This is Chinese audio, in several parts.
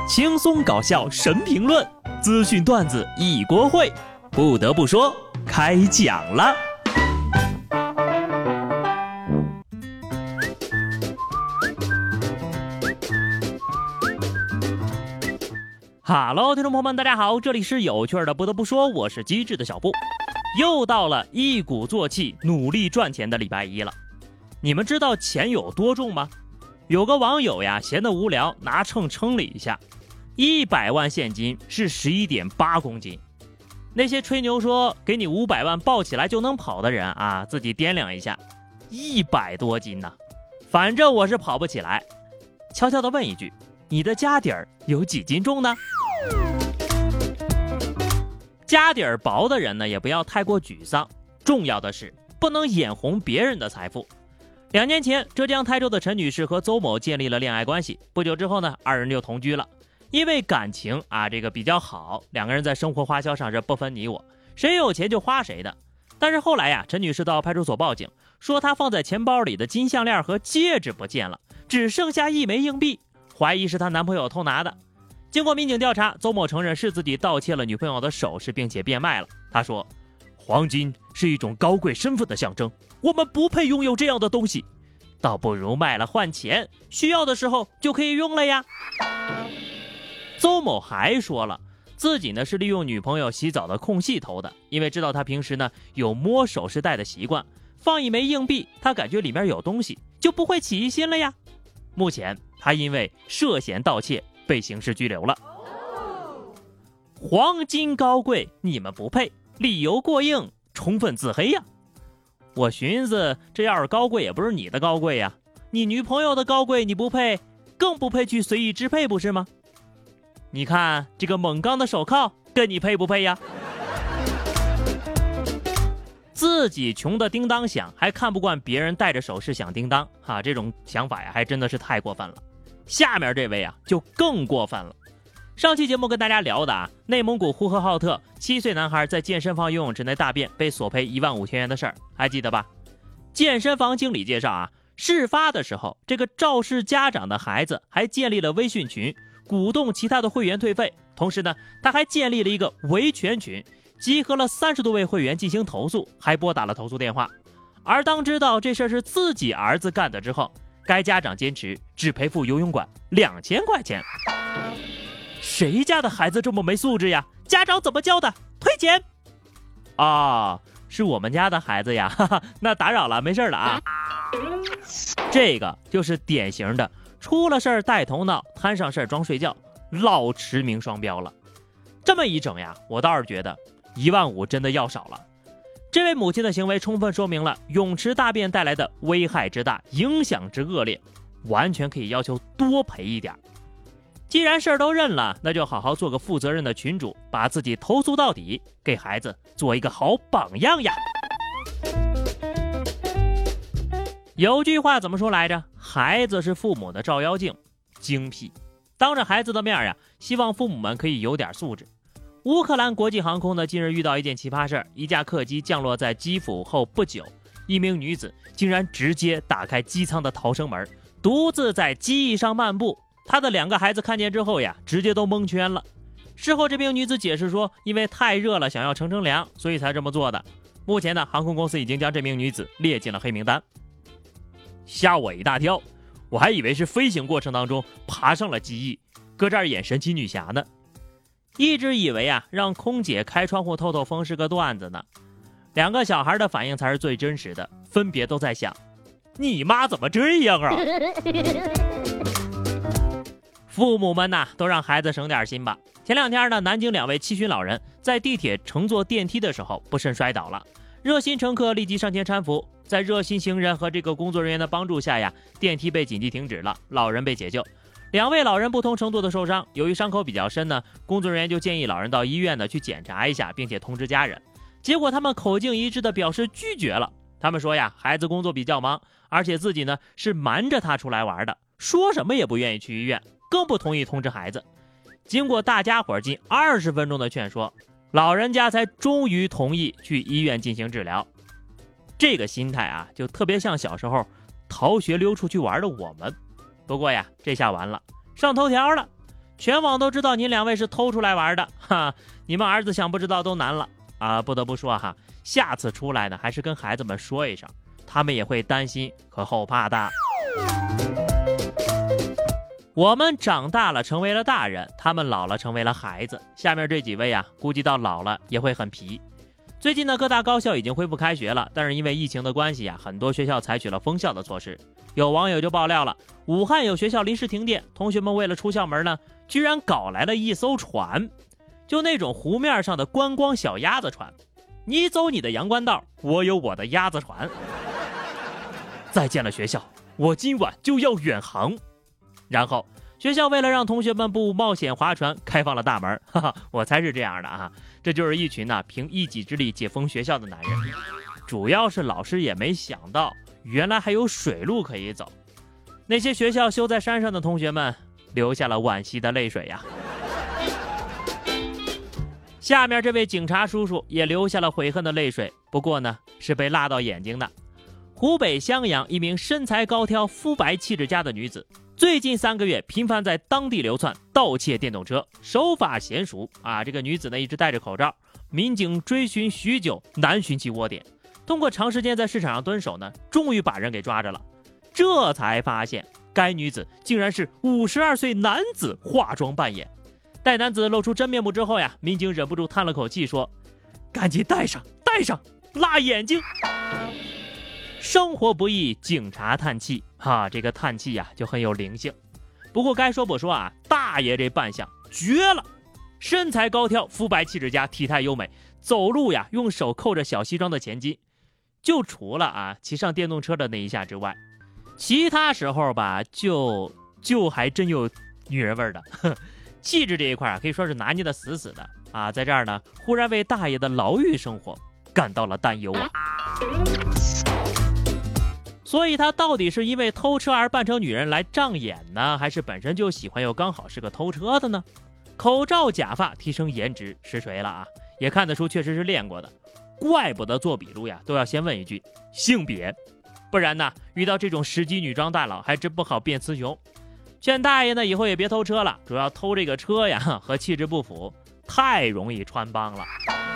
轻松搞笑神评论，资讯段子一锅烩。不得不说，开讲了。Hello， 听众朋友们，大家好，这里是有趣的。不得不说，我是机智的小布。又到了一鼓作气、努力赚钱的礼拜一了。你们知道钱有多重吗？有个网友呀，闲得无聊，拿秤称了一下，100万现金是11.8公斤。那些吹牛说给你500万抱起来就能跑的人啊，自己掂量一下，100多斤呢。反正我是跑不起来。悄悄地问一句，你的家底儿有几斤重呢？家底儿薄的人呢，也不要太过沮丧。重要的是不能眼红别人的财富。2年前，浙江台州的陈女士和邹某建立了恋爱关系，不久之后呢，二人就同居了。因为感情比较好，两个人在生活花销上是不分你我，谁有钱就花谁的。但是后来呀，陈女士到派出所报警，说她放在钱包里的金项链和戒指不见了，只剩下1枚硬币，怀疑是她男朋友偷拿的。经过民警调查，邹某承认是自己盗窃了女朋友的首饰，并且变卖了。他说，黄金是一种高贵身份的象征，我们不配拥有这样的东西，倒不如卖了换钱，需要的时候就可以用了呀。邹某还说了，自己呢是利用女朋友洗澡的空隙偷的，因为知道她平时呢有摸首饰袋的习惯，放1枚硬币，他感觉里面有东西，就不会起疑心了呀。目前他因为涉嫌盗窃被刑事拘留了。黄金高贵，你们不配，理由过硬，充分自黑呀。我寻思，这要是高贵也不是你的高贵呀，你女朋友的高贵你不配，更不配去随意支配，不是吗？你看这个锰钢的手铐跟你配不配呀？自己穷的叮当响，还看不惯别人戴着首饰响叮当这种想法呀，还真的是太过分了。下面这位就更过分了。上期节目跟大家聊的内蒙古呼和浩特7岁男孩在健身房游泳池内大便被索赔15000元的事儿，还记得吧？健身房经理介绍事发的时候，这个肇事家长的孩子还建立了微信群，鼓动其他的会员退费，同时呢，他还建立了一个维权群，集合了30多位会员进行投诉，还拨打了投诉电话。而当知道这事是自己儿子干的之后，该家长坚持只赔付游泳馆2000块钱。谁家的孩子这么没素质呀？家长怎么教的？退钱！是我们家的孩子呀，那打扰了，没事了这个就是典型的出了事儿带头闹，摊上事儿装睡觉，老驰名双标了。这么一整呀，我倒是觉得15000真的要少了。这位母亲的行为充分说明了泳池大便带来的危害之大，影响之恶劣，完全可以要求多赔一点。既然事儿都认了，那就好好做个负责任的群主，把自己投诉到底，给孩子做一个好榜样呀。有句话怎么说来着？孩子是父母的照妖镜，精辟。当着孩子的面希望父母们可以有点素质。乌克兰国际航空呢，近日遇到一件奇葩事儿，一架客机降落在基辅后不久，一名女子竟然直接打开机舱的逃生门，独自在机翼上漫步。她的2个孩子看见之后直接都蒙圈了。事后这名女子解释说，因为太热了，想要乘凉，所以才这么做的。目前呢，航空公司已经将这名女子列进了黑名单。吓我一大跳，我还以为是飞行过程当中爬上了机翼，搁这儿演神奇女侠呢。一直以为让空姐开窗户透透风是个段子呢。2个小孩的反应才是最真实的，分别都在想，你妈怎么这样啊？父母们都让孩子省点心吧。前2天呢，南京2位7旬老人在地铁乘坐电梯的时候不慎摔倒了，热心乘客立即上前搀扶，在热心行人和这个工作人员的帮助下电梯被紧急停止了，老人被解救。2位老人不同程度的受伤，由于伤口比较深呢，工作人员就建议老人到医院去检查一下，并且通知家人。结果他们口径一致的表示拒绝了。他们说孩子工作比较忙，而且自己呢是瞒着他出来玩的，说什么也不愿意去医院，更不同意通知孩子。经过大家伙近20分钟的劝说，老人家才终于同意去医院进行治疗。这个心态就特别像小时候逃学溜出去玩的我们。不过这下完了，上头条了。 全网都知道您2位是偷出来玩的，哈，你们儿子想不知道都难了啊！不得不说哈，下次出来呢，还是跟孩子们说一声，他们也会担心和后怕的。我们长大了成为了大人，他们老了成为了孩子。下面这几位啊，估计到老了也会很皮。最近呢，各大高校已经恢复开学了，但是因为疫情的关系啊，很多学校采取了封校的措施。有网友就爆料了，武汉有学校临时停电，同学们为了出校门呢，居然搞来了一艘船，就那种湖面上的观光小鸭子船。你走你的阳关道，我有我的鸭子船。再见了学校，我今晚就要远航。然后学校为了让同学们不冒险划船，开放了大门，哈哈，我猜是这样的啊，这就是一群凭一己之力解封学校的男人。主要是老师也没想到，原来还有水路可以走。那些学校修在山上的同学们，流下了惋惜的泪水呀。下面这位警察叔叔也流下了悔恨的泪水，不过呢，是被辣到眼睛的。湖北襄阳一名身材高挑、肤白气质佳的女子，最近3个月频繁在当地流窜盗窃电动车，手法娴熟啊！这个女子呢一直戴着口罩，民警追寻许久难寻其窝点。通过长时间在市场上蹲守呢，终于把人给抓着了。这才发现该女子竟然是52岁男子化妆扮演。待男子露出真面目之后呀，民警忍不住叹了口气说：“赶紧戴上，辣眼睛。”生活不易，警察叹气哈，这个叹气呀就很有灵性。不过该说不说啊，大爷这扮相绝了，身材高挑，肤白气质佳，体态优美，走路呀用手扣着小西装的前襟。就除了骑上电动车的那一下之外，其他时候吧就还真有女人味的。气质这一块可以说是拿捏的死死的啊，在这儿呢忽然为大爷的牢狱生活感到了担忧啊。所以他到底是因为偷车而扮成女人来障眼呢，还是本身就喜欢又刚好是个偷车的呢？口罩假发提升颜值实锤了啊，也看得出确实是练过的。怪不得做笔录呀都要先问一句性别，不然呢遇到这种10级女装大佬还真不好变雌雄。劝大爷呢以后也别偷车了，主要偷这个车呀和气质不符，太容易穿帮了。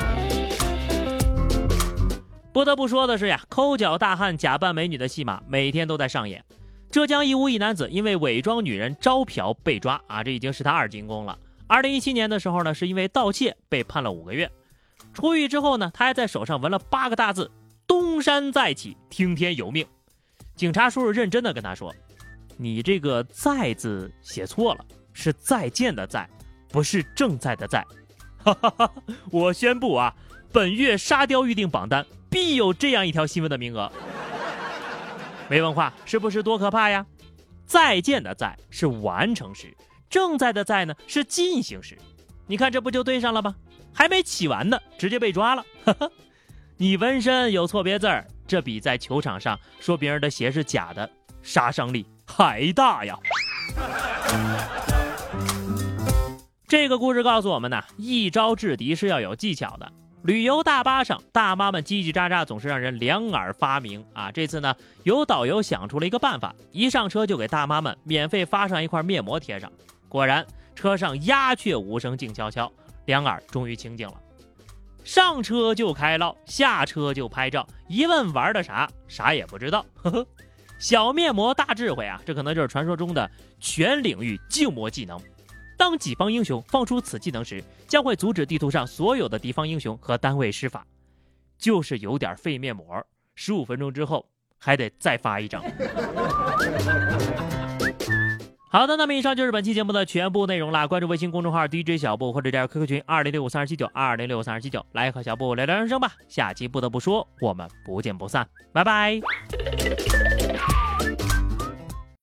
不得不说的是呀，抠脚大汉假扮美女的戏码每天都在上演。浙江义乌一男子因为伪装女人招嫖被抓啊，这已经是他2进宫了。2017年的时候呢，是因为盗窃被判了5个月。出狱之后呢，他还在手上纹了8个大字：东山再起，听天由命。警察叔叔认真的跟他说：“你这个在字写错了，是再见的在，不是正在的在。”哈哈哈！我宣布啊，本月沙雕预定榜单必有这样一条新闻的名额。没文化是不是多可怕呀？再见的在是完成时，正在的在呢是进行时。你看这不就对上了吗？还没起完呢，直接被抓了。你纹身有错别字儿，这比在球场上说别人的鞋是假的杀伤力还大呀。这个故事告诉我们呢，一招制敌是要有技巧的。旅游大巴上，大妈们叽叽喳喳总是让人两耳发明啊。这次呢，有导游想出了一个办法，一上车就给大妈们免费发上一块面膜贴上。果然，车上鸦雀无声，静悄悄，两耳终于清静了。上车就开唠，下车就拍照，一问玩的啥，啥也不知道。呵呵，小面膜大智慧啊，这可能就是传说中的全领域静默技能。当己方英雄放出此技能时，将会阻止地图上所有的敌方英雄和单位施法。就是有点费面膜，15分钟之后还得再发一张。好的，那么以上就是本期节目的全部内容啦。关注微信公众号 DJ 小布，或者加 QQ 群20653279 20653279，来和小布聊聊人生吧。下期不得不说，我们不见不散，拜拜。